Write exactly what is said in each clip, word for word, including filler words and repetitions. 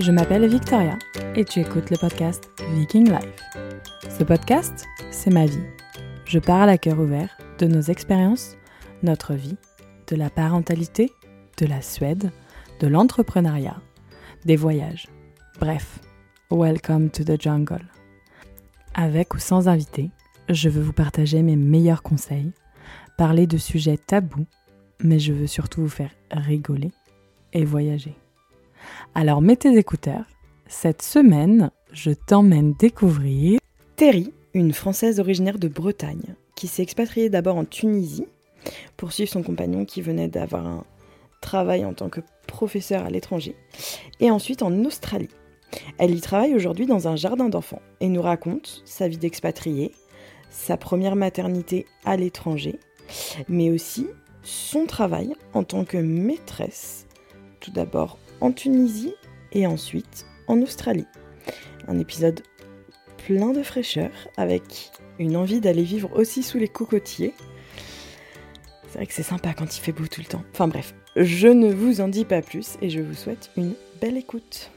Je m'appelle Victoria et tu écoutes le podcast Viking Life. Ce podcast, c'est ma vie. Je parle à cœur ouvert de nos expériences, notre vie, de la parentalité, de la Suède, de l'entrepreneuriat, des voyages. Bref, welcome to the jungle. Avec ou sans invité, je veux vous partager mes meilleurs conseils, parler de sujets tabous, mais je veux surtout vous faire rigoler et voyager. Alors mets tes écouteurs, cette semaine, je t'emmène découvrir Terry, une Française originaire de Bretagne, qui s'est expatriée d'abord en Tunisie pour suivre son compagnon qui venait d'avoir un travail en tant que professeur à l'étranger, et ensuite en Australie. Elle y travaille aujourd'hui dans un jardin d'enfants et nous raconte sa vie d'expatriée, sa première maternité à l'étranger, mais aussi son travail en tant que maîtresse, tout d'abord en Tunisie et ensuite en Australie. Un épisode plein de fraîcheur avec une envie d'aller vivre aussi sous les cocotiers. C'est vrai que c'est sympa quand il fait beau tout le temps. Enfin bref, je ne vous en dis pas plus et je vous souhaite une belle écoute.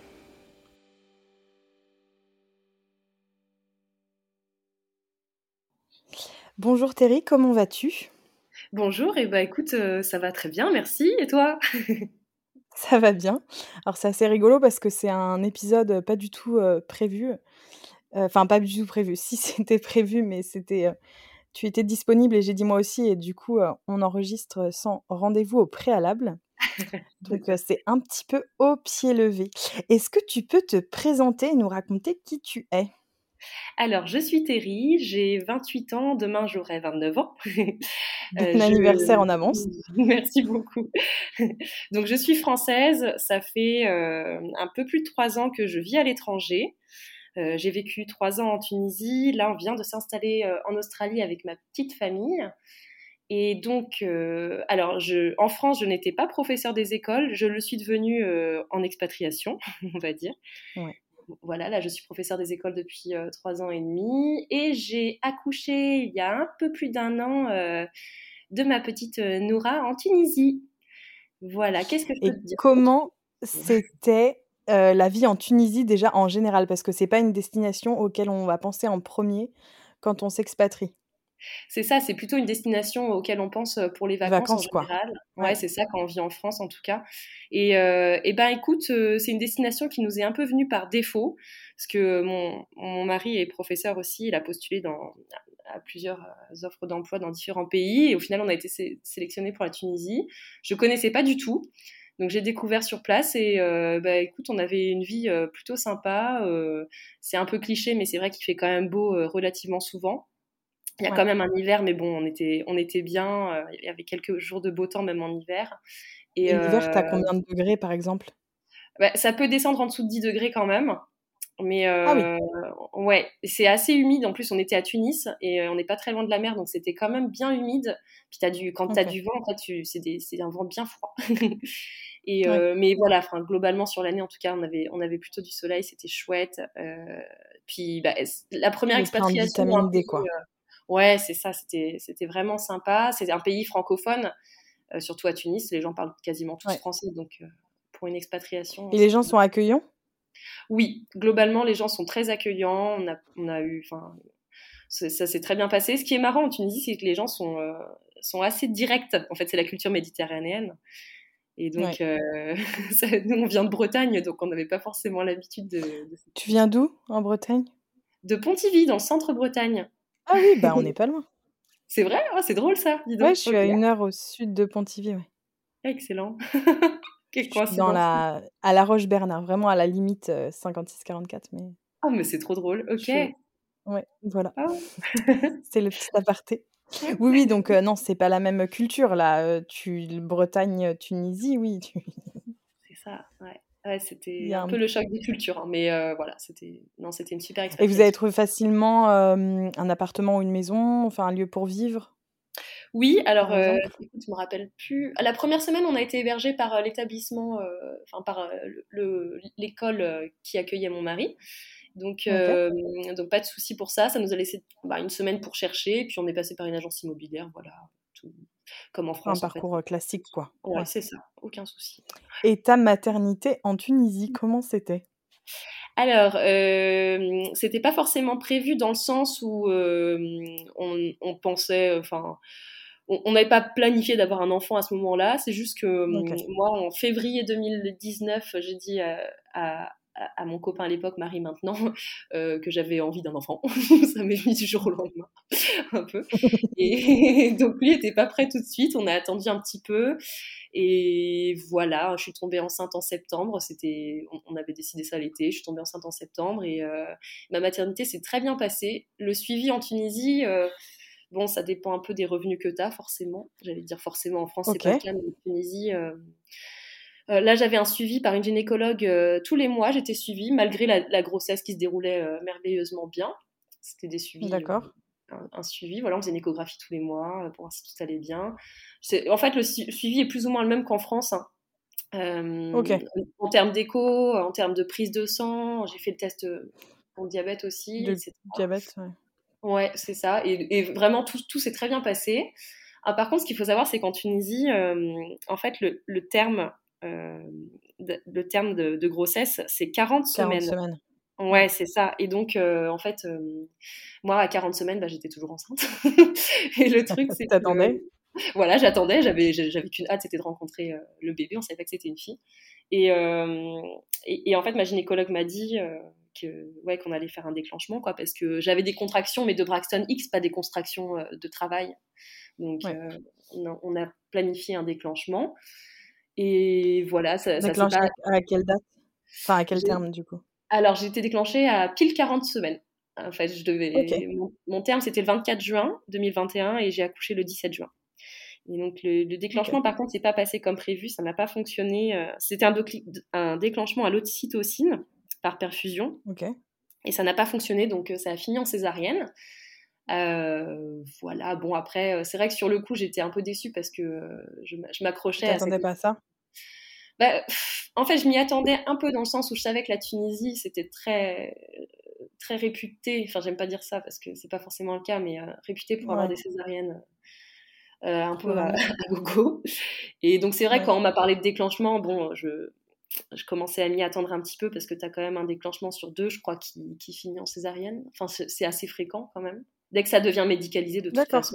Bonjour Terry, comment vas-tu ? Bonjour, et bah écoute, euh, ça va très bien, merci. Et toi ? Ça va bien. Alors c'est assez rigolo parce que c'est un épisode pas du tout euh, prévu. Enfin, euh, pas du tout prévu. Si, c'était prévu, mais c'était... Euh, tu étais disponible et j'ai dit moi aussi. Et du coup, euh, on enregistre sans rendez-vous au préalable. Donc, euh, c'est un petit peu au pied levé. Est-ce que tu peux te présenter et nous raconter qui tu es ? Alors, je suis Terry, j'ai vingt-huit ans, demain j'aurai vingt-neuf ans. Bon Euh, je... anniversaire en avance. Merci beaucoup. Donc, je suis française, ça fait euh, un peu plus de trois ans que je vis à l'étranger. Euh, j'ai vécu trois ans en Tunisie, là on vient de s'installer euh, en Australie avec ma petite famille. Et donc, euh, alors, je, en France, je n'étais pas professeure des écoles, je le suis devenue euh, en expatriation, on va dire. Ouais. Voilà, là, je suis professeure des écoles depuis euh, trois ans et demi et j'ai accouché il y a un peu plus d'un an euh, de ma petite euh, Noura en Tunisie. Voilà, qu'est-ce que je peux Et te dire ? comment c'était euh, la vie en Tunisie déjà en général ? Parce que c'est pas une destination auquel on va penser en premier quand on s'expatrie. C'est ça, c'est plutôt une destination auquel on pense pour les vacances en Vacances, quoi. général. Ouais, Ouais. c'est ça quand on vit en France en tout cas. Et, euh, et ben écoute, euh, c'est une destination qui nous est un peu venue par défaut, parce que mon, mon mari est professeur aussi, il a postulé dans, à plusieurs euh, offres d'emploi dans différents pays, et au final on a été sé- sélectionné pour la Tunisie. Je connaissais pas du tout. Donc j'ai découvert sur place et euh, bah, écoute, on avait une vie euh, plutôt sympa. Euh, c'est un peu cliché, mais c'est vrai qu'il fait quand même beau euh, relativement souvent. Il y a Ouais. quand même un hiver, mais bon, on était, on était bien. Euh, il y avait quelques jours de beau temps, même en hiver. Et Et l'hiver, euh, t'as combien de degrés, par exemple ? bah, ça peut descendre en dessous de dix degrés quand même. Mais Ah oui. euh, ouais, c'est assez humide. En plus, on était à Tunis et euh, on n'est pas très loin de la mer, donc c'était quand même bien humide. Puis t'as du, quand tu as Ok. du vent, en fait, tu, c'est, des, c'est un vent bien froid. et, Ouais. euh, mais voilà, globalement, sur l'année, en tout cas, on avait, on avait plutôt du soleil, c'était chouette. Euh, puis bah, la première Le plein de expatriation dans un vitamine D, pays, quoi. euh, ouais, c'est ça, c'était, c'était vraiment sympa. C'est un pays francophone, euh, surtout à Tunis, les gens parlent quasiment tous Ouais. français, donc euh, pour une expatriation, Et les c'était... gens sont accueillants ? Oui, globalement, les gens sont très accueillants. On a, on a eu, enfin, ça, ça s'est très bien passé. Ce qui est marrant en Tunisie, c'est que les gens sont, euh, sont assez directs. En fait, c'est la culture méditerranéenne. Et donc, Ouais. euh, ça, nous, on vient de Bretagne, donc on n'avait pas forcément l'habitude de, de, Tu viens d'où, en Bretagne ? de Pontivy, dans le centre-Bretagne. Ah oui, bah on n'est pas loin. C'est vrai? Oh, c'est drôle ça, dis Ouais, donc. je suis Ok, à une heure au sud de Pontivy, ouais. excellent. Quelle Je suis dans coïncidence. la... à La Roche-Bernard, vraiment à la limite euh, cinquante-six quarante-quatre, mais Ah, mais c'est trop drôle. je Ok. suis... Ouais, voilà. Ah, C'est le petit aparté. Oui, oui, donc euh, non, c'est pas la même culture, là. Euh, tu... Bretagne, Tunisie, oui. Tu... c'est ça, ouais. Ouais, Il c'était y a un un... peu le choc des cultures, hein, mais euh, voilà, c'était non, c'était une super Et vous avez expatriation. trouvé facilement euh, un appartement ou une maison, enfin un lieu pour vivre, Oui, alors, par euh, exemple ? écoute, je me rappelle plus. La première semaine, on a été hébergé par euh, l'établissement, euh, enfin par euh, le, l'école euh, qui accueillait mon mari. Donc, Ok. euh, donc pas de souci pour ça. Ça nous a laissé bah, une semaine pour chercher, puis on est passé par une agence immobilière, voilà, tout comme en Un France en fait. parcours euh, classique, quoi. Ouais, Ouais. c'est ça, aucun souci. Et ta maternité en Tunisie, comment c'était ? Alors, euh, c'était pas forcément prévu dans le sens où euh, on, on pensait, enfin, on n'avait pas planifié d'avoir un enfant à ce moment-là. C'est juste que Ok. euh, moi, en février deux mille dix-neuf, j'ai dit à, à, à mon copain à l'époque, Marie maintenant, euh, que j'avais envie d'un enfant. Ça m'est venu du jour au lendemain, un peu. Et donc lui était pas prêt tout de suite. On a attendu un petit peu. Et voilà, je suis tombée enceinte en septembre. C'était, on, on avait décidé ça l'été. Je suis tombée enceinte en septembre et euh, ma maternité s'est très bien passée. Le suivi en Tunisie, euh, bon, ça dépend un peu des revenus que tu as, forcément. J'allais dire forcément, en France, c'est Ok. pas le cas, mais en Tunisie, euh, euh, là, j'avais un suivi par une gynécologue euh, tous les mois. J'étais suivie, malgré la, la grossesse qui se déroulait euh, merveilleusement bien. C'était des suivis, euh, D'accord. un, un suivi. Voilà, on faisait une échographie tous les mois euh, pour voir si tout allait bien. C'est, en fait, le su- suivi est plus ou moins le même qu'en France, hein. Euh, Ok. en termes d'écho, en termes de prise de sang, j'ai fait le test pour le diabète aussi, De et cetera. diabète, ouais. Ouais, c'est ça. Et, et vraiment, tout, tout s'est très bien passé. Ah, par contre, ce qu'il faut savoir, c'est qu'en Tunisie, euh, en fait, le, le terme, euh, de, le terme de, de grossesse, c'est quarante quarante semaines. semaines. Ouais, Ouais. c'est ça. Et donc, euh, en fait, euh, moi, à quarante semaines, bah, j'étais toujours enceinte. Et le truc, c'est que, T'attendais? voilà, j'attendais, j'avais, j'avais qu'une hâte, c'était de rencontrer euh, le bébé. On savait pas que c'était une fille. Et, euh, et, et en fait, ma gynécologue m'a dit euh, que, ouais, qu'on allait faire un déclenchement, quoi, parce que j'avais des contractions, mais de Braxton Hicks, pas des contractions euh, de travail. Donc, Ouais. euh, on, a, on a planifié un déclenchement. Et voilà, ça, ça s'est Déclenché pas. à quelle date? Enfin, à quel j'ai- terme, du coup? Alors, j'ai été déclenchée à pile quarante semaines. En fait, je Ok. devais. Mon, mon terme, c'était le vingt-quatre juin deux mille vingt et un et j'ai accouché le dix-sept juin. Et donc, le, le Ok. déclenchement, par contre, c'est pas passé comme prévu, ça n'a pas fonctionné. euh, C'était un, docli- un déclenchement à l'ocytocine par perfusion Ok. et ça n'a pas fonctionné, donc euh, ça a fini en césarienne. Euh, voilà, bon, après, euh, c'est vrai que sur le coup, j'étais un peu déçue parce que euh, je, m- je Tu m'accrochais à cette. t'attendais pas à ça? Bah, pff, en fait, je m'y attendais un peu dans le sens où je savais que la Tunisie, c'était très, très réputé. Enfin, j'aime pas dire ça parce que c'est pas forcément le cas, mais euh, réputé pour avoir Ouais. des césariennes euh, un peu à, Programmé. à gogo. Et donc, c'est vrai que Ouais. quand on m'a parlé de déclenchement, bon, je, je commençais à m'y attendre un petit peu parce que tu as quand même un déclenchement sur deux, je crois, qui, qui finit en césarienne. Enfin, c'est c'est assez fréquent quand même. Dès que ça devient médicalisé, de toute D'accord. façon.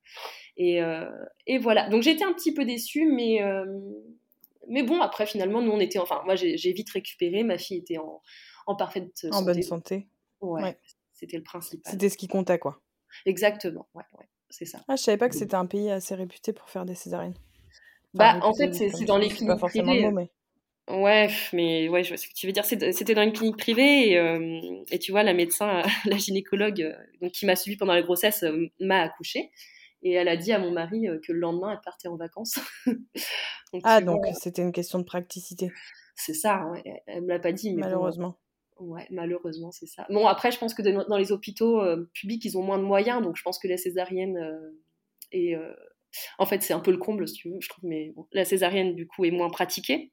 Et, euh, et voilà. Donc, j'étais un petit peu déçue, mais. Euh, mais bon, après, finalement, nous, on était. Enfin, moi, j'ai j'ai vite récupéré. Ma fille était en, en parfaite En bonne santé. santé. Ouais, Ouais. c'était le principal. C'était ce qui comptait, quoi. Exactement, ouais, ouais, c'est ça. Ah, je savais pas que c'était un pays assez réputé pour faire des césaриennes. Enfin, Bah, en fait, réputé, c'est c'est comme dans tu les dis, c'est pas cliniques forcément le privées. mot, mais. Ouais, mais ouais, je vois ce que tu veux dire. C'est- C'était dans une clinique privée et, euh, et tu vois, la médecin, la gynécologue, euh, donc qui m'a suivie pendant la grossesse, euh, m'a accouchée et elle a dit à mon mari euh, que le lendemain, elle partait en vacances. Donc Ah, tu vois, donc c'était une question de praticité, c'est ça. Ouais. Elle me l'a pas dit, mais bon, euh, malheureusement. ouais, malheureusement, c'est ça. Bon, après, je pense que de- dans les hôpitaux euh, publics, ils ont moins de moyens, donc je pense que la césarienne euh, est, euh, en fait, c'est un peu le comble, si tu veux, je trouve, mais bon, la césarienne, du coup, est moins pratiquée.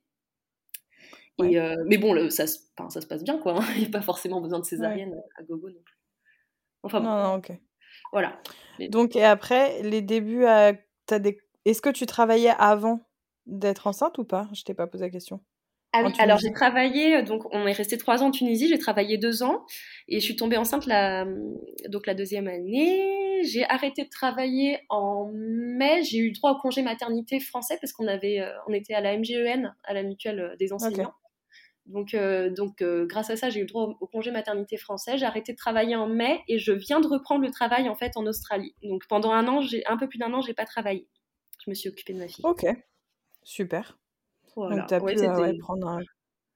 Ouais. Et euh, mais bon, le, ça, se- enfin, ça se passe bien, quoi, hein. Il n'y a pas forcément besoin de Ouais. césarienne à gogo non plus. Enfin Non, bon, non, ok. voilà. Mais- Donc, et après, les débuts, à... t'as des... est-ce que tu travaillais avant d'être enceinte ou pas? Je t'ai pas posé la question. Ah En oui, alors j'ai Tunisie. travaillé, donc on est resté trois ans en Tunisie, j'ai travaillé deux ans et je suis tombée enceinte la, donc la deuxième année. J'ai arrêté de travailler en mai, j'ai eu droit au congé maternité français parce qu'on avait, euh, on était à la M G E N, à la mutuelle euh, des Ok. enseignants. Donc, euh, donc euh, grâce à ça, j'ai eu le droit au, au congé maternité français. J'ai arrêté de travailler en mai et je viens de reprendre le travail en fait en Australie. Donc pendant un an, j'ai un peu plus d'un an, j'ai pas travaillé. Je me suis occupée de ma fille. Ok. Super. Donc, Voilà. t'as Ouais, pu euh, ouais, c'était. prendre un,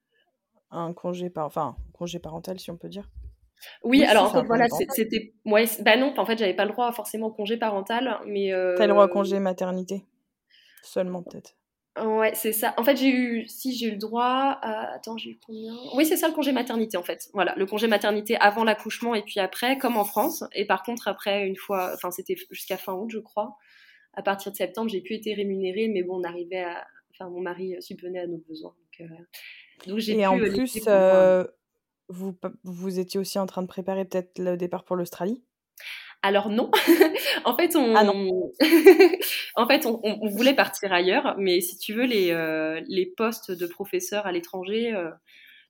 un congé par... enfin, congé parental, si on peut dire. Oui, Oui, alors si, en c'est fait un congé voilà, c'est- parental. c'était. Ouais, c'est- bah non, en fait, j'avais pas le droit forcément au congé parental, mais T'as le droit au euh, congé maternité. Seulement, peut-être. ouais, c'est ça. En fait, j'ai eu, si j'ai eu le droit. À... Attends, j'ai eu combien? Oui, c'est ça le congé maternité en fait. Voilà, le congé maternité avant l'accouchement et puis après, comme en France. Et par contre, après, une fois, enfin, c'était jusqu'à fin août, je crois. À partir de septembre, j'ai plus été rémunérée, mais bon, on arrivait à. Enfin, mon mari subvenait à nos besoins. Donc, euh, donc j'ai Et pu en euh, laisser plus, pendant un an. euh, vous, vous étiez aussi en train de préparer peut-être le départ pour l'Australie? Alors non, en fait, Ah non. on, en fait, on, on- on voulait partir ailleurs, mais si tu veux, les, euh, les postes de professeurs à l'étranger, euh,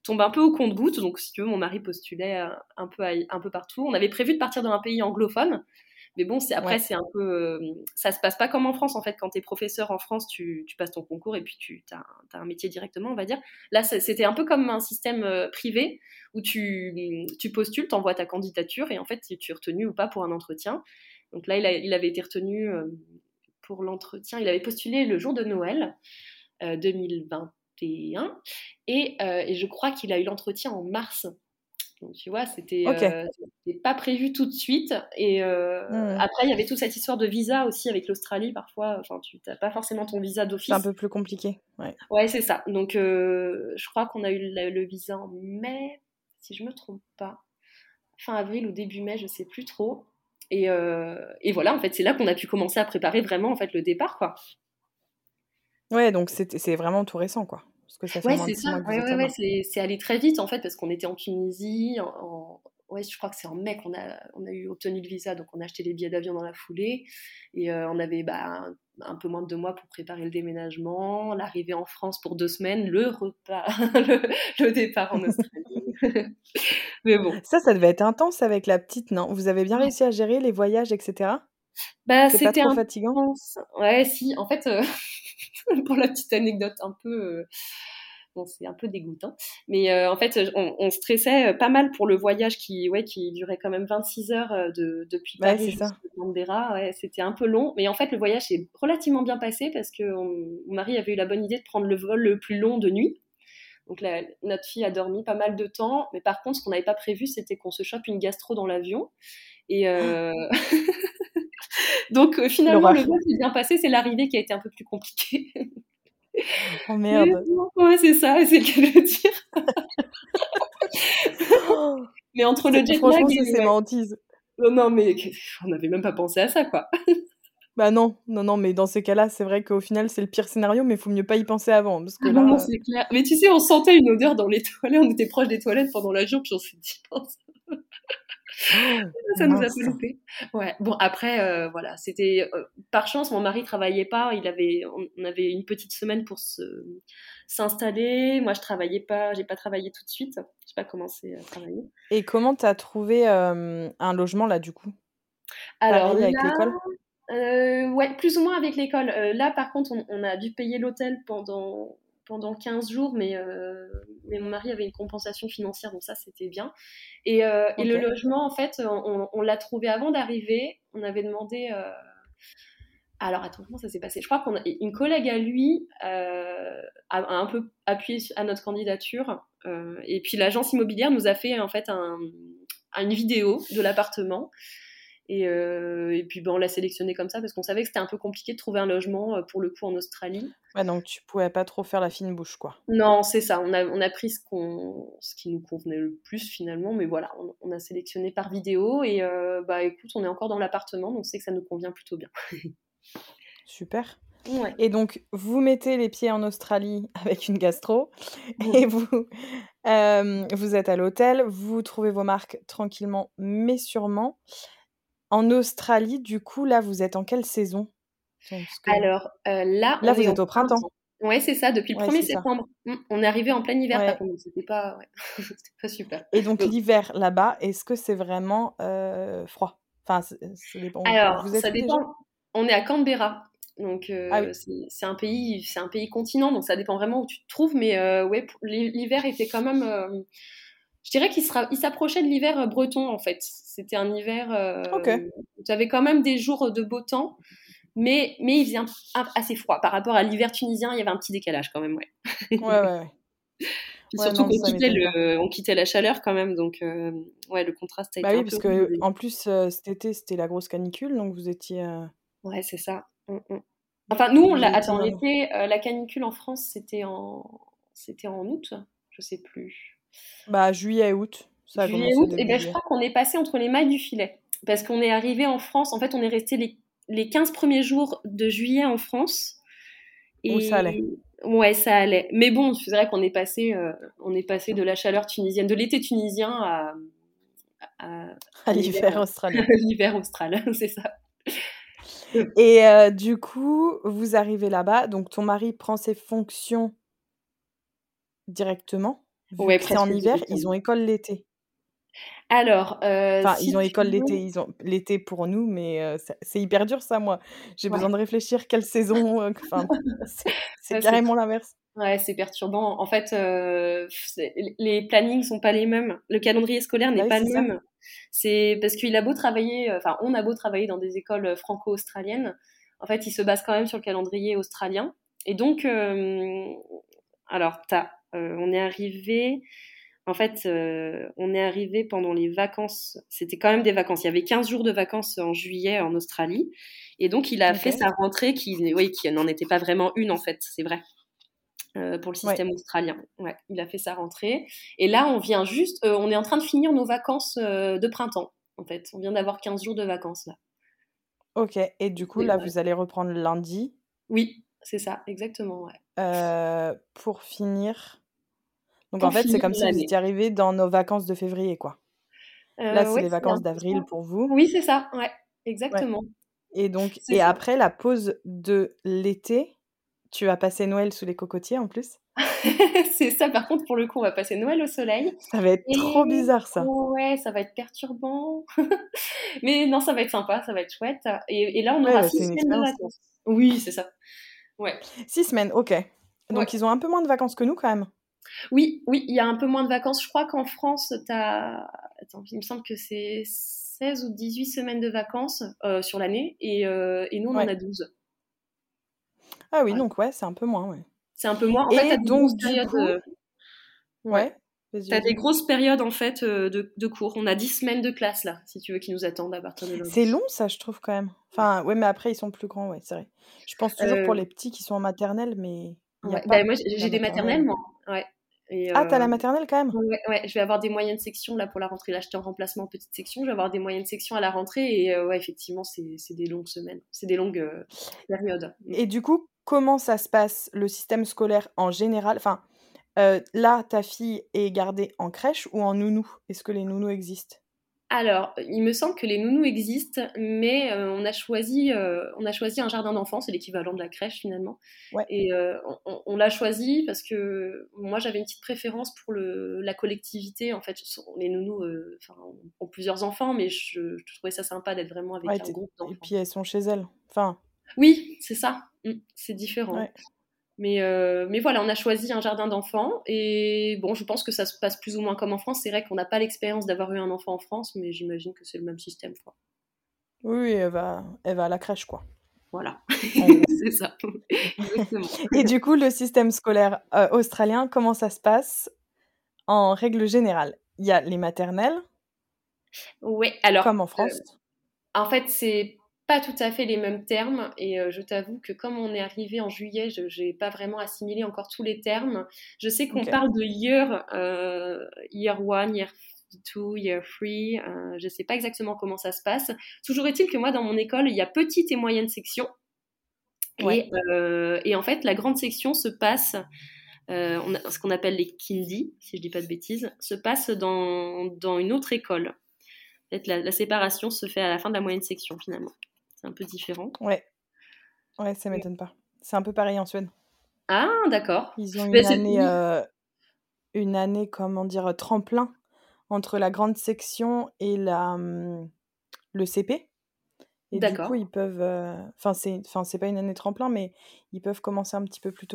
tombe un peu au compte-gouttes. Donc, si tu veux, mon mari postulait euh, un peu, à- un peu partout. On avait prévu de partir dans un pays anglophone. Mais bon, c'est, après, Ouais. c'est un peu. Euh, ça se passe pas comme en France, en fait. Quand tu es professeur en France, tu, tu passes ton concours et puis tu as, un métier directement, on va dire. Là, c'était un peu comme un système euh, privé où tu, tu postules, tu envoies ta candidature et en fait, si tu es retenu ou pas pour un entretien. Donc là, il, a, il avait été retenu euh, pour l'entretien. Il avait postulé le jour de Noël euh, deux mille vingt et un et, euh, et je crois qu'il a eu l'entretien en mars. Donc, tu vois, c'était Ok. euh, c'était pas prévu tout de suite. Et euh, Mmh. après, il y avait toute cette histoire de visa aussi avec l'Australie. Parfois, enfin, tu n'as pas forcément ton visa C'est un d'office. peu plus compliqué. Ouais. Ouais, c'est ça. Donc, euh, je crois qu'on a eu le, le visa en mai, si je me trompe pas. Fin avril ou début mai, je sais plus trop. Et, euh, et voilà, en fait, c'est là qu'on a pu commencer à préparer vraiment en fait, le départ, quoi. Ouais, donc c'est, c'est vraiment tout récent, quoi. Parce que ça fait Ouais, moins c'est de six ça. mois que vous Ouais, êtes ouais, ouais, là-bas. c'est, c'est allé très vite en fait parce qu'on était en Tunisie. En, en- Ouais, je crois que c'est en mai qu'on a, on a eu obtenu le visa, donc on a acheté les billets d'avion dans la foulée. Et euh, on avait bah, un, un peu moins de deux mois pour préparer le déménagement, l'arrivée en France pour deux semaines, le repas, le, le départ en Australie. Mais bon. Ça, ça devait être intense avec la petite, non? Vous avez bien réussi à gérer les voyages, et cetera? Bah, C'était pas c'était trop un fatigant? Ouais, si, en fait, euh, pour la petite anecdote un peu, euh, bon, c'est un peu dégoûtant, mais euh, en fait, on, on stressait euh, pas mal pour le voyage qui, ouais, qui durait quand même vingt-six heures euh, de, depuis Ouais, Paris c'est jusqu'à ça. Canberra. Ouais, c'était un peu long, mais en fait, le voyage s'est relativement bien passé parce que on- mon mari avait eu la bonne idée de prendre le vol le plus long de nuit. Donc la- notre fille a dormi pas mal de temps, mais par contre, ce qu'on n'avait pas prévu, c'était qu'on se chope une gastro dans l'avion. Et euh, donc euh, finalement, le L'horreur. vol s'est bien passé, c'est l'arrivée qui a été un peu plus compliquée. Oh Mais merde. bon, ouais, c'est ça, c'est le cas de le dire. Oh, Mais entre le c'est- jet lag franchement, c'est et... c'est ma hantise. Non, non, mais on n'avait même pas pensé à ça, quoi. Bah non, non, non, mais dans ces cas-là, c'est vrai qu'au final, c'est le pire scénario, mais il faut mieux pas y penser avant, parce que Ah non, non, là... c'est clair. Mais tu sais, on sentait une odeur dans les toilettes, on était proche des toilettes pendant la journée, puis on s'est dit, oh, Oh, ça nous a pas mince. loupé. Ouais, bon, après, euh, voilà, c'était... euh, par chance, mon mari travaillait pas, il avait, on, on avait une petite semaine pour se, s'installer. Moi, je travaillais pas, j'ai pas travaillé tout de suite. J'ai pas commencé à travailler. Et comment t'as trouvé euh, un logement, là, du coup? Alors Pareil avec là, l'école? Euh, ouais, plus ou moins avec l'école. Euh, là, par contre, on, on a dû payer l'hôtel pendant, pendant quinze jours, mais, euh, mais mon mari avait une compensation financière, donc ça, c'était bien. Et, euh, et le Ok. logement, en fait, on, on l'a trouvé avant d'arriver. On avait demandé. Euh... Alors, attends, comment ça s'est passé? Je crois qu'une collègue à lui euh, a, a un peu appuyé à notre candidature. Euh, et puis, l'agence immobilière nous a fait, en fait, un, une vidéo de l'appartement. Et, euh, et puis ben, on l'a sélectionné comme ça parce qu'on savait que c'était un peu compliqué de trouver un logement euh, pour le coup en Australie. Ouais, donc tu pouvais pas trop faire la fine bouche, quoi. Non, c'est ça, on a, on a pris ce, qu'on, ce qui nous convenait le plus finalement, mais voilà, on, on a sélectionné par vidéo et euh, bah écoute, on est encore dans l'appartement, donc c'est que ça nous convient plutôt bien. Super. Ouais. Et donc, vous mettez les pieds en Australie avec une gastro Bon. et vous, euh, vous êtes à l'hôtel, vous trouvez vos marques tranquillement, mais sûrement. En Australie, du coup, là, vous êtes en quelle saison? Tiens, parce que Alors euh, là, là, on vous est en êtes au printemps. printemps. Ouais, c'est ça, depuis le Ouais, premier c'est ça. septembre. Mm, On est arrivé en plein hiver par Ouais. contre, donc c'était pas, ouais. C'était pas super. Et donc, Donc, l'hiver, là-bas, est-ce que c'est vraiment euh, froid? Enfin, c'est- ça dépend. alors, Vous êtes ça où déjà? dépend. On est à Canberra. Donc, Ah euh, oui, c'est c'est un pays, c'est un pays continent, donc ça dépend vraiment où tu te trouves. Mais euh, ouais, pour- l'hiver était quand même. Euh, je dirais qu'il sera, il s'approchait de l'hiver euh, breton, en fait. C'était un hiver. Euh, ok. où tu avais quand même des jours de beau temps, mais, mais il faisait un- un- assez froid. Par rapport à l'hiver tunisien, il y avait un petit décalage quand même, ouais. Ouais, ouais, ouais. Puis Ouais, surtout non, qu'on ça quittait, m'étonne pas. le, on quittait la chaleur quand même, donc euh, ouais, le contraste a Bah été oui, un peu parce que rude. en plus, euh, cet été, c'était la grosse canicule, donc vous étiez, euh, Ouais, c'est ça. Mm, mm. Enfin, nous, on vous l'a. étiez Attends, vraiment. l'été, euh, la canicule en France, c'était en, c'était en août, je sais plus. Bah, juillet, août, ça a Juillet, commencé août. Et début ben, je juillet. crois qu'on est passé entre les mailles du filet, parce qu'on est arrivé en France. En fait, on est resté les, les quinze premiers jours de juillet en France, Où ça allait? et ouais, ça allait. Mais bon, c'est vrai qu'on est passé, euh, on est passé de la chaleur tunisienne, de l'été tunisien à, à, À à l'hiver, l'hiver australien. l'hiver austral, c'est ça. Et euh, du coup, vous arrivez là-bas, donc ton mari prend ses fonctions directement. Vu Ouais, que c'est en presque hiver, dix-huit ans. ils ont école l'été. Alors, euh, Enfin, si ils ont tu école veux... l'été, ils ont l'été pour nous, mais euh, c'est c'est hyper dur ça, moi. J'ai besoin Ouais, de réfléchir quelle saison. euh, Enfin, c'est c'est ouais, c'est carrément l'inverse. ouais, c'est perturbant. En fait, euh, c'est- les plannings sont pas les mêmes. Le calendrier scolaire n'est Bah oui, pas c'est le ça. même. C'est parce qu'il a beau travailler, euh, enfin, on a beau travailler dans des écoles franco-australiennes. En fait, il se base quand même sur le calendrier australien. Et donc, euh, alors, t'as, euh, on est arrivé. En fait, euh, on est arrivé pendant les vacances. C'était quand même des vacances. Il y avait quinze jours de vacances en juillet en Australie. Et donc, il a Ok. fait sa rentrée qui, oui, qui n'en était pas vraiment une, en fait. C'est vrai. Euh, pour le Ouais. système australien. Ouais, il a fait sa rentrée. Et là, on vient juste, euh, on est en train de finir nos vacances euh, de printemps, en fait. On vient d'avoir quinze jours de vacances, là. Ok. Et du coup, Et là, voilà. vous allez reprendre lundi Oui, c'est ça, exactement, ouais. euh, pour finir. Donc en Pour fait, c'est finir comme si vous l'année. étiez arrivé dans nos vacances de février, quoi. Là, Euh, c'est ouais, les c'est un vacances peu ça. d'avril pour vous. Oui, c'est ça, ouais, Ouais. exactement. Et donc, C'est et ça. après la pause de l'été, tu vas passer Noël sous les cocotiers en plus. C'est ça, par contre, pour le coup, on va passer Noël au soleil. Ça va être trop Et bizarre, ça. ouais, ça va être perturbant. Mais non, ça va être sympa, ça va être chouette. Et, et là, on Ouais, aura bah, six c'est une semaines de expérience. vacances. Oui, c'est ça. Ouais. Six semaines, ok. Ouais. Donc, ils ont un peu moins de vacances que nous, quand même. Oui, oui, il y a un peu moins de vacances. Je crois qu'en France, t'as... Attends, il me semble que c'est seize ou dix-huit semaines de vacances euh, sur l'année et, euh, et nous, on en Ouais. a douze. Ah oui, Voilà. donc ouais, c'est un peu moins, ouais. C'est un peu moins. En fait, Et t'as des grosses donc, du périodes. coup, euh, Ouais. ouais, vas-y, T'as des vas-y. grosses périodes, en fait, euh, de, de cours. On a dix semaines de classe, là, si tu veux, qui nous attendent à partir de C'est lundi. long, ça, je trouve, quand même. Enfin, ouais, mais après, ils sont plus grands, ouais, c'est vrai. Je pense toujours pour Euh, les petits qui sont en maternelle, mais il n'y a ouais. Ben, pas moi, j'ai la j'ai des maternelles, maternelle. moi. Ouais. Et, Ah, t'as euh, la maternelle, quand même? Ouais, ouais, je vais avoir des moyennes sections là pour la rentrée. Là, j'étais en remplacement en petite section. Je vais avoir des moyennes sections à la rentrée et euh, ouais, effectivement, c'est c'est des longues semaines, c'est des longues euh, périodes. Mm. Et du coup, comment ça se passe, le système scolaire en général? Enfin, heu, là, ta fille est gardée en crèche ou en nounou? Est-ce que les nounous existent? Alors, il me semble que les nounous existent, mais euh, on a choisi, euh, on a choisi un jardin d'enfants, c'est l'équivalent de la crèche finalement. Ouais, Et euh, on, on l'a choisi parce que moi j'avais une petite préférence pour le, la collectivité. En fait, les nounous euh, enfin, ont plusieurs enfants, mais je, je trouvais ça sympa d'être vraiment ouais, avec un tu groupe et d'enfants. puis elles sont chez elles. Enfin, Oui, c'est ça. Mm, c'est différent. ouais. Mais, euh, mais voilà, on a choisi un jardin d'enfants et bon, je pense que ça se passe plus ou moins comme en France. C'est vrai qu'on n'a pas l'expérience d'avoir eu un enfant en France, mais j'imagine que c'est le même système, quoi. Oui, oui, elle va elle va à la crèche, quoi, Voilà, en gros. c'est ça, exactement. Et du coup, le système scolaire, heu, australien, comment ça se passe en règle générale? Il y a les maternelles, Ouais, alors, comme en euh, France. en fait, c'est pas tout à fait les mêmes termes et euh, je t'avoue que comme on est arrivé en juillet, je n'ai pas vraiment assimilé encore tous les termes. Je sais qu'on OK. parle de year, euh, year one, year two, year three. Euh, je sais pas exactement comment ça se passe. Toujours est-il que moi, dans mon école, il y a petite et moyenne section. Ouais. Et, euh, et en fait, la grande section se passe, euh, on a, ce qu'on appelle les kindy, si je dis pas de bêtises, se passe dans, dans une autre école. En fait, la, la séparation se fait à la fin de la moyenne section, finalement. C'est un peu différent. Ouais. Ouais, ça m'étonne pas. C'est un peu pareil en Suède. Ah, d'accord. Ils ont Mais une c'est- année, oui, heu, une année, comment dire? Heu, tremplin entre la grande section et la, mmh, le C P et du coup, d'accord. ils peuvent, heu enfin, c'est enfin, c'est pas une année tremplin, mais ils peuvent commencer un petit peu plus tôt.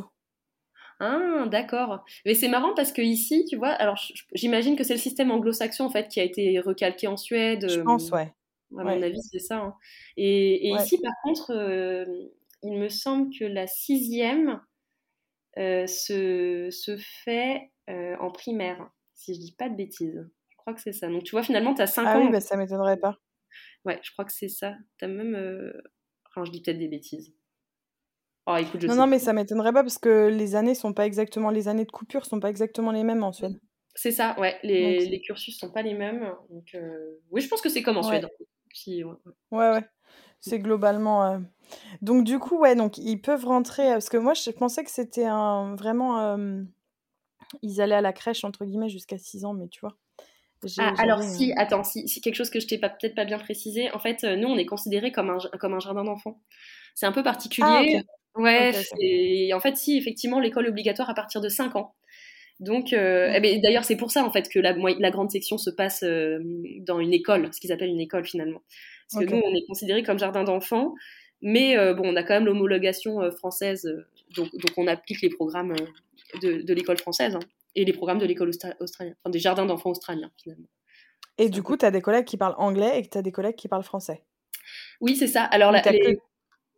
Ah, d'accord. Mais c'est marrant parce que ici, tu vois, alors je- j'imagine que c'est le système anglo-saxon en fait qui a été recalqué en Suède. Je euh, pense, ouais. À mon Ouais, avis, c'est ça, hein. Et, et ouais. ici, par contre, euh, il me semble que la sixième euh, se, se fait euh, en primaire, si je dis pas de bêtises. Je crois que c'est ça. Donc tu vois, finalement, tu as cinq Ah ans. oui, En bah, fait. ça m'étonnerait pas. Ouais, je crois que c'est ça. T'as même. euh, Enfin, je dis peut-être des bêtises. Oh, écoute, je Non, sais non, mais plus. ça m'étonnerait pas parce que les années sont pas exactement les années de coupure sont pas exactement les mêmes en Suède. C'est ça, ouais. Donc Les, c les cursus sont pas les mêmes. Donc, euh, oui, je pense que c'est comme en Suède, ouais, hein. Si, ouais, ouais, ouais. ouais. C'est globalement, heu donc du coup, ouais, donc ils peuvent rentrer, heu parce que moi, je pensais que c'était un vraiment, hem, ils allaient à la crèche entre guillemets jusqu'à six ans, mais tu vois? Ah, J'ai alors j'avais si, une, attends, si, si quelque chose que je t'ai pas, peut-être pas bien précisé, en fait, euh, nous, on est considéré comme un, comme un jardin d'enfants. C'est un peu ah particulier. OK, Ouais, OK, OK. c'est- en fait, si, effectivement, l'école est obligatoire à partir de cinq ans. Donc, euh, Mm. eh ben, d'ailleurs, c'est pour ça en fait que la, la grande section se passe euh, dans une école, ce qu'ils appellent une école finalement. Parce que Ok. nous, on est considéré comme jardin d'enfants, mais euh, bon, on a quand même l'homologation euh, française, euh, donc, donc on applique les programmes euh, de, de l'école française hein, et les programmes de l'école austra- australienne, enfin des jardins d'enfants australiens finalement. Et C'est du un coup, peu... tu as des collègues qui parlent anglais et que tu as des collègues qui parlent français. Oui, c'est ça. Alors, Ou la, t'as que... les...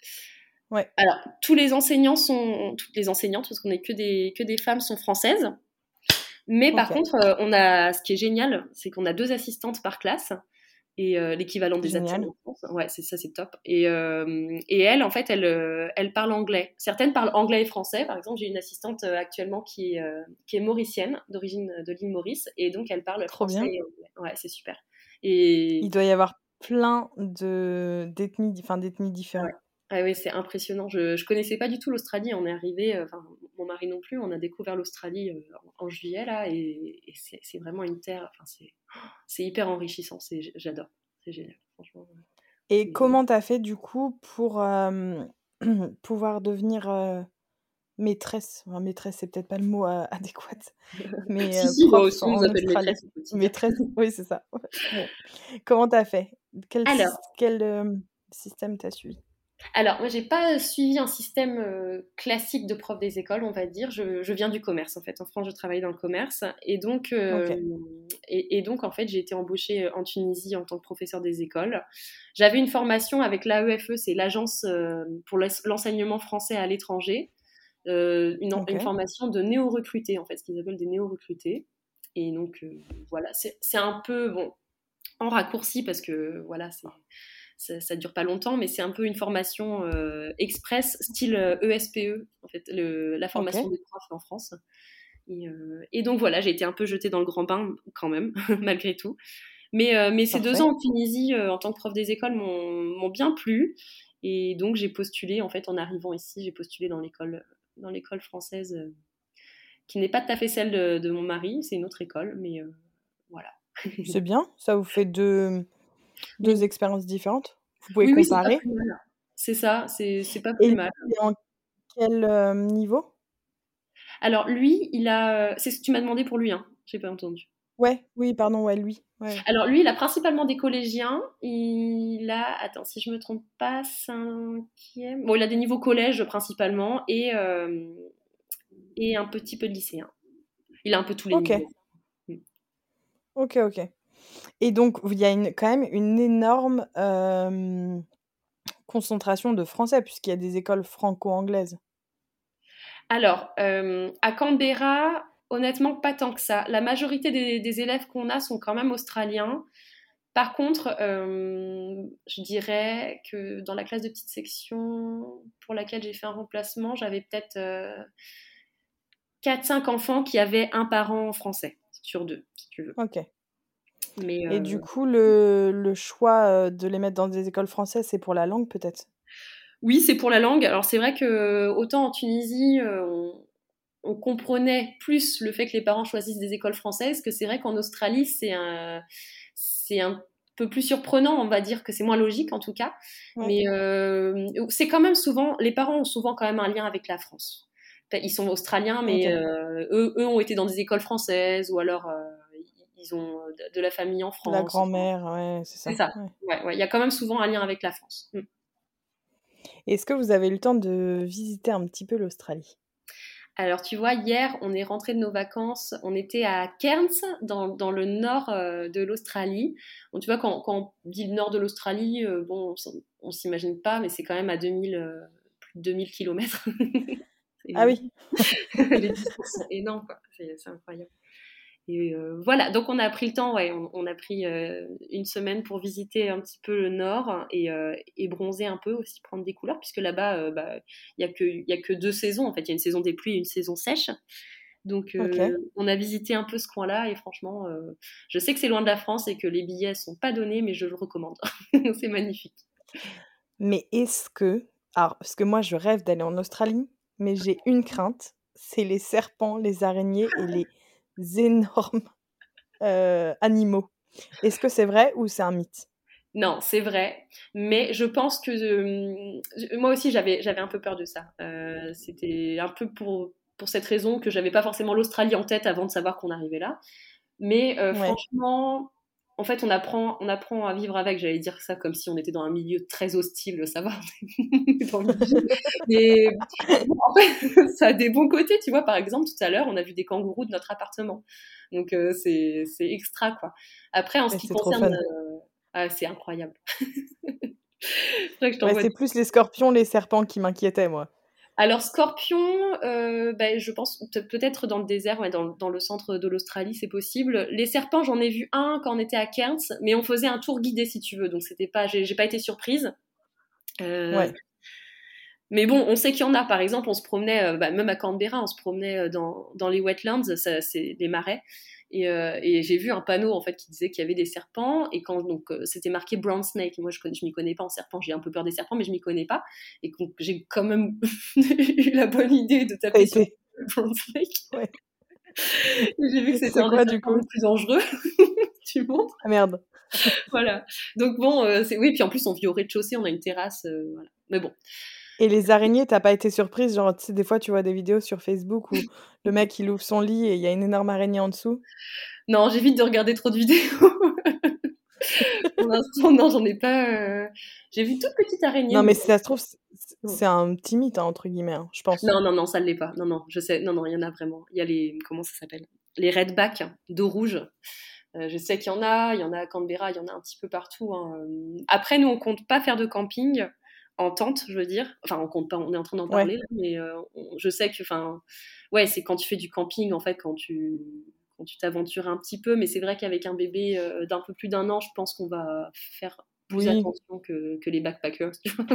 Ouais. Alors, tous les enseignants sont, toutes les enseignantes, parce qu'on est que des, que des femmes, sont françaises. Mais par Ok. contre, euh, on a, ce qui est génial, c'est qu'on a deux assistantes par classe. Et euh, l'équivalent des Génial. adjoints en France. Ouais, c'est ça, c'est top. Et, euh, et elle, en fait, elle, euh, elle parle anglais. Certaines parlent anglais et français. Par exemple, j'ai une assistante euh, actuellement qui est, euh, qui est mauricienne, d'origine de l'île Maurice, et donc elle parle Trop français bien. et anglais. Ouais, c'est super. Et Il doit y avoir plein de d'ethnies, enfin d'ethnies différentes. ouais. Ah oui, c'est impressionnant. Je ne connaissais pas du tout l'Australie. On est arrivé, enfin, mon mari non plus, on a découvert l'Australie euh, en, en juillet, là, et, et c'est, c'est vraiment une terre, enfin, c'est, c'est hyper enrichissant. C'est, j'adore. C'est génial, franchement. Et C'est... comment t'as fait du coup pour euh, pouvoir devenir euh, maîtresse? Enfin, maîtresse, c'est peut-être pas le mot euh, adéquat, mais Si, euh, si, moi prof aussi, on nous en appelle Australie. maîtresse au quotidien. Maîtresse, oui, c'est ça. Ouais. Bon. Comment t'as fait? Quel, Alors, syst- quel euh, système t'as suivi? alors, moi, j'ai pas suivi un système euh, classique de prof des écoles, on va dire. Je, je viens du commerce, en fait. En France, je travaille dans le commerce. Et donc, euh, Ok, et, et donc en fait, j'ai été embauchée en Tunisie en tant que professeur des écoles. J'avais une formation avec l'A E F E, c'est l'Agence euh, pour l'enseignement français à l'étranger. Euh, une, ok. une formation de néo-recrutés, en fait, ce qu'ils appellent des néo-recrutés. Et donc, euh, voilà, c'est c'est un peu, bon, en raccourci parce que, voilà, c'est... Ça, ça dure pas longtemps, mais c'est un peu une formation euh, express, style euh, E S P E, en fait, le, la Ok, formation des profs en France. Et, euh, et donc voilà, j'ai été un peu jetée dans le grand bain quand même, malgré tout. Mais, euh, mais ces deux parfait. ans en Tunisie, euh, en tant que prof des écoles, m'ont m'ont bien plu. Et donc j'ai postulé, en fait, en arrivant ici, j'ai postulé dans l'école dans l'école française, euh, qui n'est pas tout à fait celle de, de mon mari, c'est une autre école, mais euh, voilà. C'est bien, ça vous fait deux, deux Oui, expériences différentes. Vous pouvez oui, oui, c'est pas comparer. plus mal. C'est ça, c'est c'est pas Et plus lui, mal. il est en quel euh, niveau? Alors lui, il a, c'est ce que tu m'as demandé pour lui, hein. J'ai pas entendu. Ouais, oui, pardon, ouais, lui. Ouais, ouais. Alors lui, il a principalement des collégiens. Il a, attends, si je me trompe pas, cinquième. Bon, il a des niveaux collège principalement et euh, et un petit peu de lycéen. Il a un peu tous les Ok, niveaux. ok, ok. Et donc, il y a une, quand même une énorme euh, concentration de français, puisqu'il y a des écoles franco-anglaises. Alors, euh, à Canberra, honnêtement, pas tant que ça. La majorité des, des élèves qu'on a sont quand même australiens. Par contre, euh, je dirais que dans la classe de petite section pour laquelle j'ai fait un remplacement, j'avais peut-être euh, quatre cinq enfants qui avaient un parent français sur deux, si tu veux. Ok. Mais Et euh, du coup, le, le choix euh, de les mettre dans des écoles françaises, c'est pour la langue, peut-être? oui, c'est pour la langue. Alors c'est vrai que autant en Tunisie, euh, on, on comprenait plus le fait que les parents choisissent des écoles françaises, que c'est vrai qu'en Australie, c'est un, c'est un peu plus surprenant, on va dire que c'est moins logique en tout cas. Ouais. Mais euh, c'est quand même souvent, les parents ont souvent quand même un lien avec la France. Ils sont australiens, mais Ok. euh, eux, eux ont été dans des écoles françaises ou alors euh, ils ont de, de la famille en La France. grand-mère, ouais, c'est C'est ça. ça. Ouais. Ouais, ouais. Il y a quand même souvent un lien avec la France. Mm. Est-ce que vous avez eu le temps de visiter un petit peu l'Australie? Alors, tu vois, hier, on est rentré de nos vacances. On était à Cairns, dans, dans le nord euh, de l'Australie. Bon, tu vois, quand, quand on dit le nord de l'Australie, euh, bon, on, on s'imagine pas, mais c'est quand même à deux mille, euh, plus de deux mille kilomètres. Ah oui, Les distances sont énormes, quoi. C'est, c'est incroyable. Et euh, voilà, donc on a pris le temps, ouais, on, on a pris euh, une semaine pour visiter un petit peu le nord et, euh, et bronzer un peu aussi, prendre des couleurs, puisque là-bas, euh, bah, il n'y a, y a que deux saisons, en fait, il y a une saison des pluies et une saison sèche. Donc ok. euh, on a visité un peu ce coin-là et franchement, euh, je sais que c'est loin de la France et que les billets sont pas donnés, mais je le recommande. C'est magnifique. Mais est-ce que... Alors, parce que moi, je rêve d'aller en Australie, mais j'ai une crainte, c'est les serpents, les araignées et les énormes euh, animaux. Est-ce que c'est vrai ou c'est un mythe? Non, c'est vrai, mais je pense que euh, moi aussi j'avais j'avais un peu peur de ça. Euh, c'était un peu pour pour cette raison que j'avais pas forcément l'Australie en tête avant de savoir qu'on arrivait là. Mais euh, Ouais. franchement, en fait, on apprend, on apprend à vivre avec. J'allais dire ça comme si on était dans un milieu très hostile, ça va. Dans le milieu. Mais bon, en fait, ça a des bons côtés, tu vois. Par exemple, tout à l'heure, on a vu des kangourous de notre appartement. Donc, euh, c'est, c'est extra, quoi. Après, en ce Et qui c'est trop concerne... fun. euh, ah, c'est incroyable. Faudrait que je Ouais, t'envoie. c'est plus les scorpions, les serpents qui m'inquiétaient, moi. Alors, scorpion, euh, ben, je pense peut- peut-être dans le désert, ouais, dans, dans le centre de l'Australie, c'est possible. Les serpents, j'en ai vu un quand on était à Cairns, mais on faisait un tour guidé, si tu veux, donc c'était pas, j'ai, j'ai pas été surprise. Euh, Ouais. mais bon, on sait qu'il y en a. Par exemple, on se promenait, euh, bah, même à Canberra, on se promenait euh, dans, dans les wetlands, ça, c'est des marais. Et, euh, et j'ai vu un panneau en fait qui disait qu'il y avait des serpents et quand donc euh, c'était marqué brown snake. Moi je connais, je m'y connais pas en serpent, j'ai un peu peur des serpents mais je m'y connais pas et donc j'ai quand même eu la bonne idée de Ça a taper sur été. brown snake. Ouais. Et j'ai vu que Et c'était c'est un des quoi, du serpents coup? les plus dangereux du monde. Ah merde. Voilà. Donc bon, euh, c'est oui puis en plus on vit au rez-de-chaussée, on a une terrasse, euh, voilà. Mais bon. Et les araignées, t'as pas été surprise? Genre, tu sais, des fois, tu vois des vidéos sur Facebook où le mec, il ouvre son lit et il y a une énorme araignée en dessous. Non, j'évite de regarder trop de vidéos. Pour l'instant, non, j'en ai pas. euh, J'ai vu toute petite araignée, Non, mais mais si ça se trouve, c- bon. c'est un petit mythe, hein, entre guillemets, hein, je pense. Non, non, non, ça ne l'est pas. Non, non, je sais. Non, non, il y en a vraiment. Il y a les. Comment ça s'appelle? Les redbacks d'eau rouge. Euh, je sais qu'il y en a. Il y en a à Canberra. Il y en a un petit peu partout, hein. Euh, Après, nous, on compte pas faire de camping en tente, je veux dire. Enfin, on compte pas. On est en train d'en Ouais. parler, là, mais euh, on- je sais que. Enfin, ouais, c'est quand tu fais du camping, en fait, quand tu quand tu t'aventures un petit peu. Mais c'est vrai qu'avec un bébé euh, d'un peu plus d'un an, je pense qu'on va faire plus Oui. attention que, que les backpackers. Tu vois.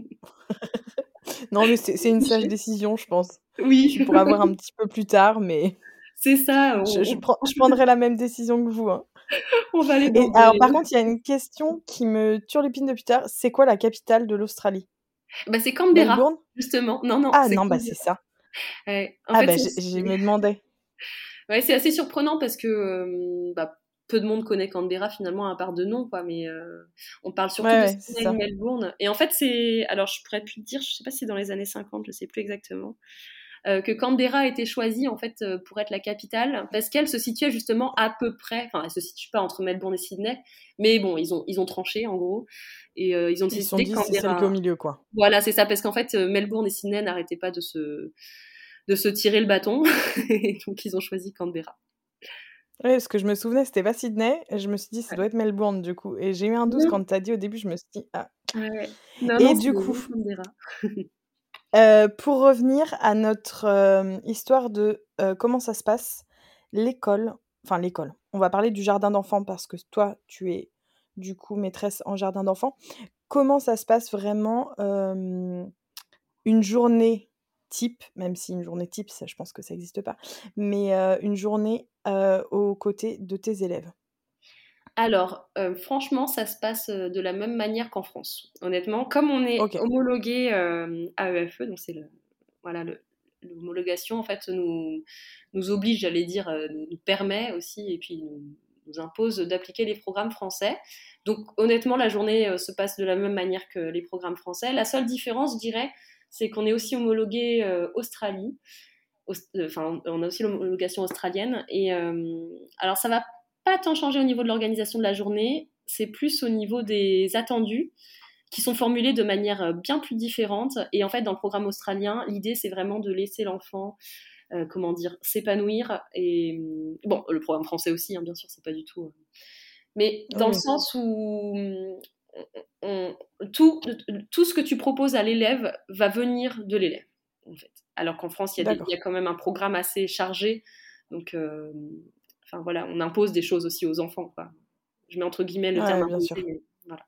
Non, mais c'est c'est une sage décision, je pense. Oui, Tu pourras voir un petit peu plus tard, mais c'est ça. je, je On, prends, je prendrai la même décision que vous, hein. on va aller Et dans alors, des. par contre, il y a une question qui me turlupine depuis tard. C'est quoi la capitale de l'Australie? Bah, c'est Canberra, Melbourne? justement. Non, non, Ah c'est non, bah c'est Canberra. ça. Ouais. En Ah fait, bah c'est j'ai j'ai me demandais. ouais, c'est assez surprenant parce que euh, bah, peu de monde connaît Canberra finalement à part de nom, quoi. Mais euh, on parle Ouais, surtout de ouais, c'est Sydney et de ça. Melbourne. Et en fait, c'est. Alors, je pourrais plus te dire, je sais pas si c'est dans les années cinquante, je sais plus exactement. euh, que Canberra a été choisie en fait euh, pour être la capitale parce qu'elle se situait justement à peu près, enfin elle se situe pas entre Melbourne et Sydney, mais bon ils ont ils ont tranché en gros et euh, ils ont Ils se sont décidé que dit c'est celle qui est au Canberra, milieu, quoi. voilà c'est ça parce qu'en fait euh, Melbourne et Sydney n'arrêtaient pas de se de se tirer le bâton et donc ils ont choisi Canberra. Ouais, parce que je me souvenais, c'était pas Sydney. Et je me suis dit, ça Ouais. doit être Melbourne, du coup. Et j'ai eu un doute Non, quand t'as dit au début, je me suis dit, ah. ouais. non Et non c'est du coup, Canberra. euh, pour revenir à notre euh, histoire de euh, comment ça se passe, l'école, enfin l'école, on va parler du jardin d'enfants parce que toi, tu es du coup maîtresse en jardin d'enfants. Comment ça se passe vraiment euh, une journée type, même si une journée type, ça, je pense que ça n'existe pas, mais euh, une journée euh, aux côtés de tes élèves. Alors, euh, franchement, ça se passe euh, de la même manière qu'en France. Honnêtement, comme on est Ok, homologué euh, A E F E, donc c'est le, voilà, le- l'homologation en fait nous, nous oblige, j'allais dire, euh, nous, nous permet aussi et puis nous, nous impose d'appliquer les programmes français. Donc, honnêtement, la journée euh, se passe de la même manière que les programmes français. La seule différence, je dirais, c'est qu'on est aussi homologué euh, Australie. Aus- euh, Enfin, on a aussi l'homologation australienne. Et euh, alors, ça va pas tant changer au niveau de l'organisation de la journée, c'est plus au niveau des attendus qui sont formulés de manière euh, bien plus différente. Et en fait, dans le programme australien, l'idée, c'est vraiment de laisser l'enfant, euh, comment dire, s'épanouir. Et euh, bon, le programme français aussi, hein, bien sûr, c'est pas du tout. euh, Mais dans le oui, sens où euh, on- tout, tout ce que tu proposes à l'élève va venir de l'élève, en fait. Alors qu'en France, il y a des- il y a d'accord. quand même un programme assez chargé. Donc, euh, enfin voilà, on impose des choses aussi aux enfants, quoi. Je mets entre guillemets le terme Ouais, bien imposé, sûr. mais voilà.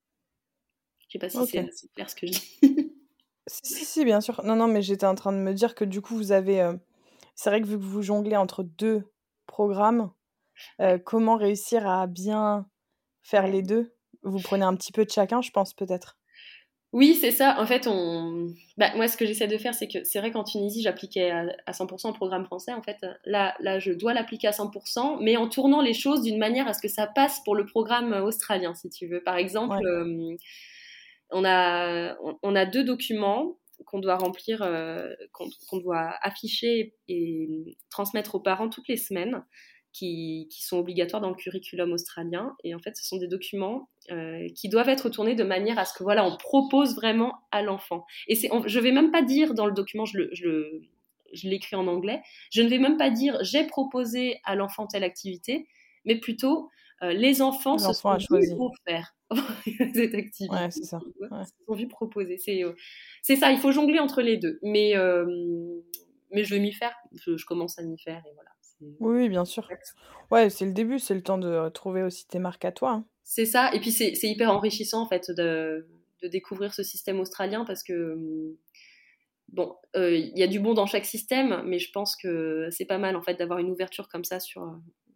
Je sais pas si Ok. c'est assez clair ce que je dis. Si, si, si, bien sûr. Non, non, mais j'étais en train de me dire que du coup, vous avez... euh, C'est vrai que vu que vous jonglez entre deux programmes, euh, Ouais, comment réussir à bien faire ouais. les deux? Vous prenez un petit peu de chacun, je pense, peut-être. Oui, c'est ça. En fait, on... bah, moi, ce que j'essaie de faire, c'est que c'est vrai qu'en Tunisie, j'appliquais à, à cent pour cent au programme français. En fait, là, là, je dois l'appliquer à cent pour cent, mais en tournant les choses d'une manière à ce que ça passe pour le programme australien, si tu veux. Par exemple, Ouais. euh, on a, on, on a deux documents. qu'on doit remplir, euh, qu'on, qu'on doit afficher et transmettre aux parents toutes les semaines, qui, qui sont obligatoires dans le curriculum australien. Et en fait, ce sont des documents euh, qui doivent être tournés de manière à ce que, voilà, on propose vraiment à l'enfant. Et c'est, on, je vais même pas dire dans le document, je le, je le, je l'écris en anglais, je ne vais même pas dire j'ai proposé à l'enfant telle activité, mais plutôt euh, les enfants se L'enfant sont a choisi. vus faire cette activité. Ouais, c'est ça. Ouais, Ouais. Ils se sont vus proposer. C'est, euh, c'est ça, il faut jongler entre les deux. Mais, euh, mais je vais m'y faire. Je, je commence à m'y faire et voilà. C'est... Oui, oui, bien sûr. Ouais, c'est le début, c'est le temps de trouver aussi tes marques à toi. Hein. C'est ça. Et puis c'est, c'est hyper enrichissant en fait de, de découvrir ce système australien parce que bon, il euh, y a du bon dans chaque système, mais je pense que c'est pas mal en fait d'avoir une ouverture comme ça sur,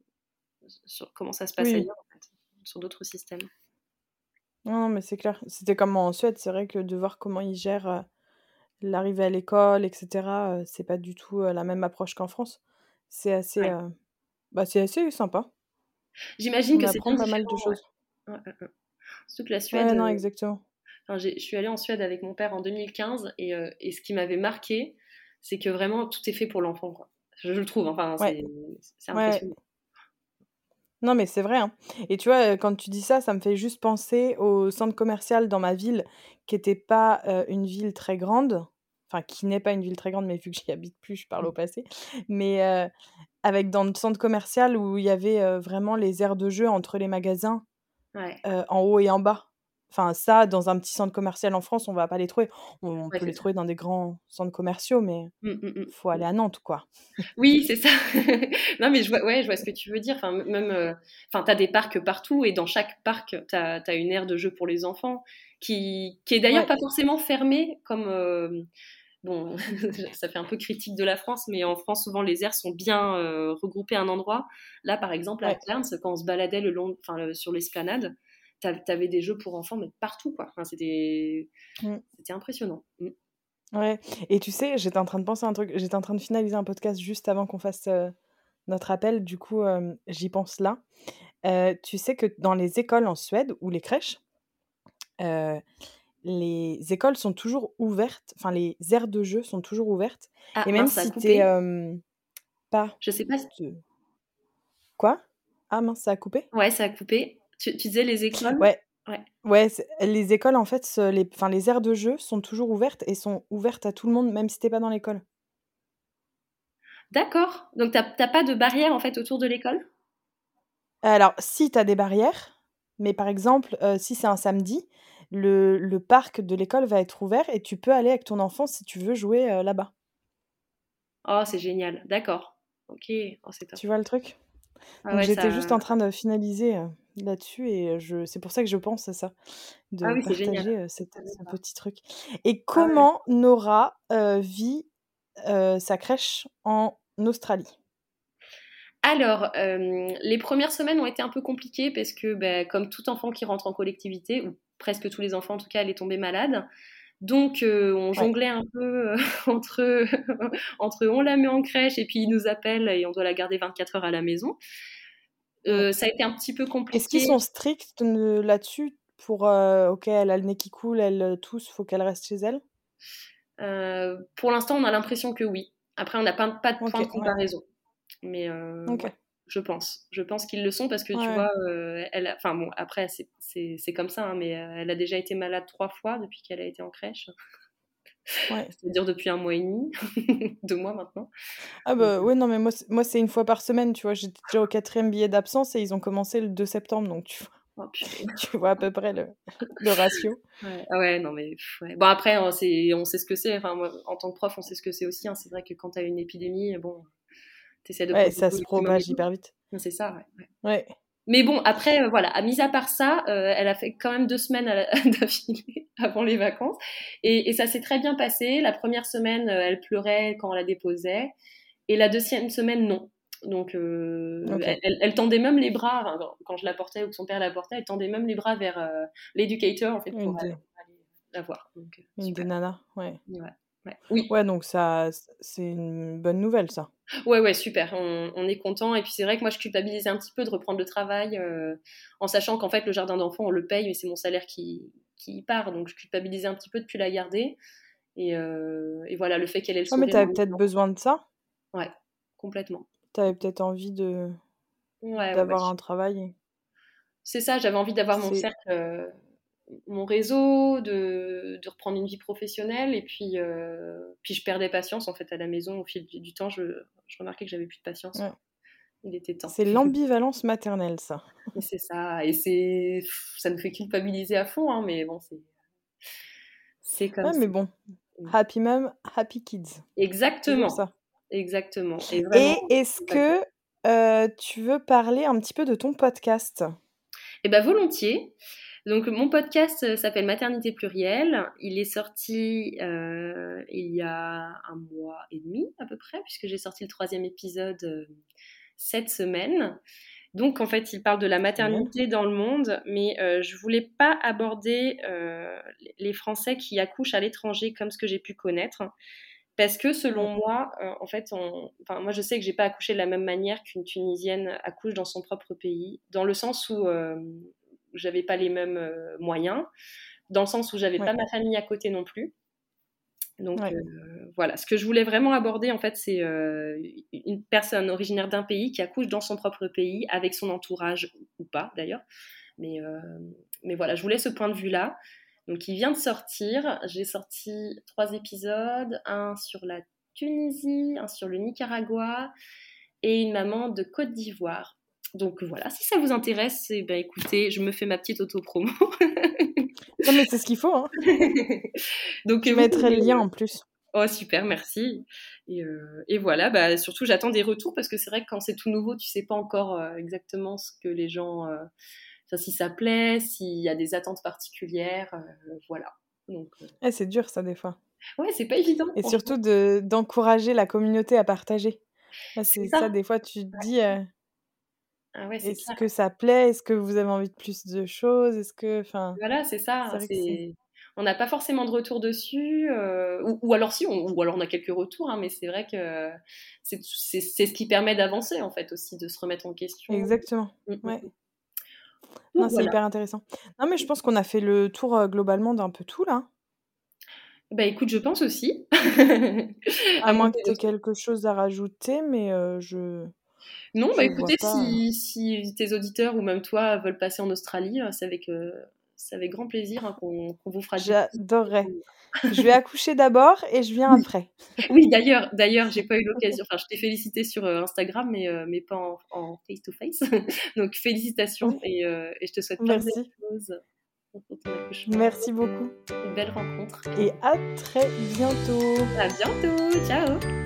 sur comment ça se passe Oui. ailleurs, en fait, sur d'autres systèmes. Non, non, mais c'est clair. C'était comme en Suède, c'est vrai que de voir comment ils gèrent euh, l'arrivée à l'école, et cetera, euh, c'est pas du tout euh, la même approche qu'en France. C'est assez, Ouais. euh, bah, c'est assez sympa. J'imagine On que c'est apprend bien pas mal de différent. choses. Ouais. Ouais, ouais, ouais. Surtout que la Suède. Ouais, non, euh, exactement. Enfin, j'ai, je suis allée en Suède avec mon père en deux mille quinze et, euh, et ce qui m'avait marqué, c'est que vraiment tout est fait pour l'enfant, quoi. Je, je le trouve. Enfin, Ouais, c'est, c'est ouais. impressionnant. Non, mais c'est vrai, hein. Et tu vois, euh, quand tu dis ça, ça me fait juste penser au centre commercial dans ma ville, qui était pas euh, une ville très grande, enfin, qui n'est pas une ville très grande, mais vu que j'y habite plus, je parle au passé, mais euh, avec dans le centre commercial où il y avait euh, vraiment les aires de jeu entre les magasins, Ouais, euh, en haut et en bas. Enfin, ça, dans un petit centre commercial en France, on va pas les trouver. On, on ouais, peut c'est les ça. trouver dans des grands centres commerciaux, mais Mm, mm, faut mm. aller à Nantes, quoi. Oui, c'est ça. Non, mais je vois, ouais, je vois ce que tu veux dire. Enfin, m- même, euh, enfin, t'as des parcs partout et dans chaque parc, t'as, t'as une aire de jeu pour les enfants qui, qui est d'ailleurs Ouais, pas forcément fermée comme, euh, bon, ça fait un peu critique de la France, mais en France, souvent les aires sont bien euh, regroupées à un endroit. Là, par exemple, à ouais. Cairns, quand on se baladait le long, enfin, le- sur l'esplanade, t'av- t'avais des jeux pour enfants, mais partout, quoi. Enfin, c'était, Mm. c'était impressionnant. Mm. Ouais, et tu sais, j'étais en train de penser à un truc, j'étais en train de finaliser un podcast juste avant qu'on fasse euh, notre appel, du coup, euh, j'y pense là. Euh, tu sais que dans les écoles en Suède ou les crèches, euh, les écoles sont toujours ouvertes, enfin les aires de jeu sont toujours ouvertes, Ah, et même mince, ça a si t'es coupé. euh, pas... Je sais pas. si- de- Quoi? Ah mince, ça a coupé? Ouais, ça a coupé. Tu, tu disais les écoles? Ouais, Ouais. ouais, c'est- les écoles en fait, se- les, enfin, les aires de jeu sont toujours ouvertes et sont ouvertes à tout le monde, même si t'es pas dans l'école. D'accord. Donc, t'as t'as pas de barrière, en fait, autour de l'école? Alors, si tu as des barrières, mais par exemple, heu, si c'est un samedi, le le parc de l'école va être ouvert et tu peux aller avec ton enfant si tu veux jouer, heu, là-bas. Oh, c'est génial. D'accord. Ok. Oh, c'est top. Tu vois le truc? Ah Donc ouais, j'étais juste en ça. train de finaliser, heu, là-dessus et je c'est pour ça que je pense à ça, Ah de oui, c'est génial. partager, heu, cet Je savais ce pas. petit truc. Et Ah ouais. comment Nora, heu, vit, heu, sa crèche en Australie? Alors, euh, les premières semaines ont été un peu compliquées parce que, ben, comme tout enfant qui rentre en collectivité, ou presque tous les enfants en tout cas, elle est tombée malade. Donc, euh, on Ouais, jonglait un peu euh, entre, entre on la met en crèche et puis il nous appelle et on doit la garder vingt-quatre heures à la maison. mmh. Euh, ça a été un petit peu Est-ce qu'ils compliqué. sont stricts n là-dessus pour, heu, OK, elle a le nez qui coule, elle, heu, tousse, faut qu'elle reste chez elle? Euh, pour l'instant, on a l'impression que oui. Après, on n'a pas, pas de point de OK, ouais, comparaison. Mais euh, OK. ouais, je pense. Je pense qu'ils le sont parce que tu Ouais, vois, euh, elle a- enfin bon, après, c'est, c'est, c'est comme ça, hein, mais euh, elle a déjà été malade trois fois depuis qu'elle a été en crèche. ouais. C'est-à-dire depuis un mois et demi, deux mois maintenant. Ah Donc, bah, euh, ouais, non, mais moi, c'est moi, c'est une fois par semaine, tu vois? J'étais déjà au quatrième billet d'absence et ils ont commencé le deux septembre, donc tu vois oh, purée. tu vois à peu près le le ratio. Ouais. Ah ouais, non mais pff, ouais. Bon après, on sait, on sait ce que c'est. Enfin, moi, en tant que prof, on sait ce que c'est aussi, hein. C'est vrai que quand tu as une épidémie, bon, tu essaies de Ouais, protéger ça au se maximum les propage autres. hyper vite. C'est ça, ouais. Ouais. Ouais, Mais bon, après, euh, voilà, à mis à part ça, euh, elle a fait quand même deux semaines à la- d'affilée avant les vacances. Et, et ça s'est très bien passé. La première semaine, euh, elle pleurait quand on la déposait. Et la deuxième semaine, non. Donc, euh, elle, OK. elle- elle tendait même les bras, enfin, quand quand je la portais ou que son père la portait, elle tendait même les bras vers euh, l'éducateur, en fait, pour Une aller, des aller la voir. Donc, euh, une des super. nanas, ouais. Ouais, ouais. Oui, Ouais, donc ça c c'est une bonne nouvelle, ça. ouais, ouais, super. On, on est content. Et puis, c'est vrai que moi, je culpabilisais un petit peu de reprendre le travail euh, en sachant qu'en fait, le jardin d'enfants, on le paye, mais c'est mon salaire qui, qui y part. Donc, je culpabilisais un petit peu de plus la garder. Et, euh, et voilà, le fait qu'elle ait le Ouais, mais sourire. t'avais peut-être besoin de ça. Ouais, complètement. T'avais peut-être envie de Ouais, d'avoir ouais. un travail. C'est ça, j'avais envie d'avoir mon C'est... cercle, euh, mon réseau, de, de reprendre une vie professionnelle. Et puis, euh, puis je perdais patience en fait à la maison. Au fil du, du temps, je, je remarquais que j'avais plus de patience. Ouais. Il était temps. C'est l'ambivalence maternelle, ça. Et c'est ça. Et c'est, ça nous fait culpabiliser à fond, hein, mais bon, c'est, c'est comme Ouais, ça. mais bon, happy mom, happy kids. Exactement. Toujours ça. Exactement. Et, vraiment, Et est-ce que euh, tu veux parler un petit peu de ton podcast ? Eh bien, volontiers. Donc, mon podcast euh, s'appelle Maternité plurielle. Il est sorti euh, il y a un mois et demi à peu près, puisque j'ai sorti le troisième épisode euh, cette semaine. Donc, en fait, il parle de la maternité dans le monde, mais euh, je voulais pas aborder euh, les Français qui accouchent à l'étranger comme ce que j'ai pu connaître. Parce que selon moi, euh, en fait, on... enfin, moi je sais que j'ai pas accouché de la même manière qu'une Tunisienne accouche dans son propre pays, dans le sens où euh, j'avais pas les mêmes euh, moyens, dans le sens où j'avais Ouais. pas ma famille à côté non plus. Donc Ouais. euh, voilà, ce que je voulais vraiment aborder en fait, c'est euh, une personne originaire d'un pays qui accouche dans son propre pays avec son entourage ou pas d'ailleurs. Mais euh, mais voilà, je voulais ce point de vue-là. Donc, il vient de sortir. J'ai sorti trois épisodes, un sur la Tunisie, un sur le Nicaragua et une maman de Côte d'Ivoire. Donc voilà, si ça vous intéresse, eh ben, écoutez, je me fais ma petite auto-promo. Non, mais c'est ce qu'il faut. Hein. Donc, je vous, mettrai vous, le lien en plus. Oh super, merci. Et, euh, et voilà, bah, surtout j'attends des retours parce que c'est vrai que quand c'est tout nouveau, tu sais pas encore euh, exactement ce que les gens... Euh, Enfin, si ça plaît, s'il y a des attentes particulières, euh, voilà. Donc, euh... eh, c'est dur ça des fois. Ouais, c'est pas évident. Et surtout de, d'encourager la communauté à partager. Là, c'est, c'est ça. ça, des fois tu te dis, euh, ah ouais, c'est est-ce clair. que ça plaît ? Est-ce que vous avez envie de plus de choses ? Est-ce que, enfin, voilà, c'est ça. c'est vrai c'est... que c'est... On n'a pas forcément de retour dessus, euh, ou, ou alors si, on, ou alors on a quelques retours, hein, mais c'est vrai que c'est, c'est, c'est ce qui permet d'avancer en fait aussi, de se remettre en question. Exactement, mmh, ouais. mmh. Non, Donc, c'est voilà. hyper intéressant. Non, mais je pense qu'on a fait le tour euh, globalement d'un peu tout, là. Bah écoute, je pense aussi. à moins que tu aies quelque chose à rajouter, mais euh, je... Non, je bah écoutez, pas... si, si tes auditeurs ou même toi veulent passer en Australie, c'est avec, euh, c'est avec grand plaisir hein, qu'on, qu'on vous fera du J'adorerais. Je vais accoucher d'abord et je viens après. Oui, d'ailleurs, d'ailleurs, j'ai pas eu l'occasion. Enfin, je t'ai félicité sur euh, Instagram, mais, euh, mais pas en, en face-to-face. Donc, félicitations et, euh, et je te souhaite plein de belles choses pour ton accouchement. Merci beaucoup. Une belle rencontre. Et à très bientôt. À bientôt. Ciao.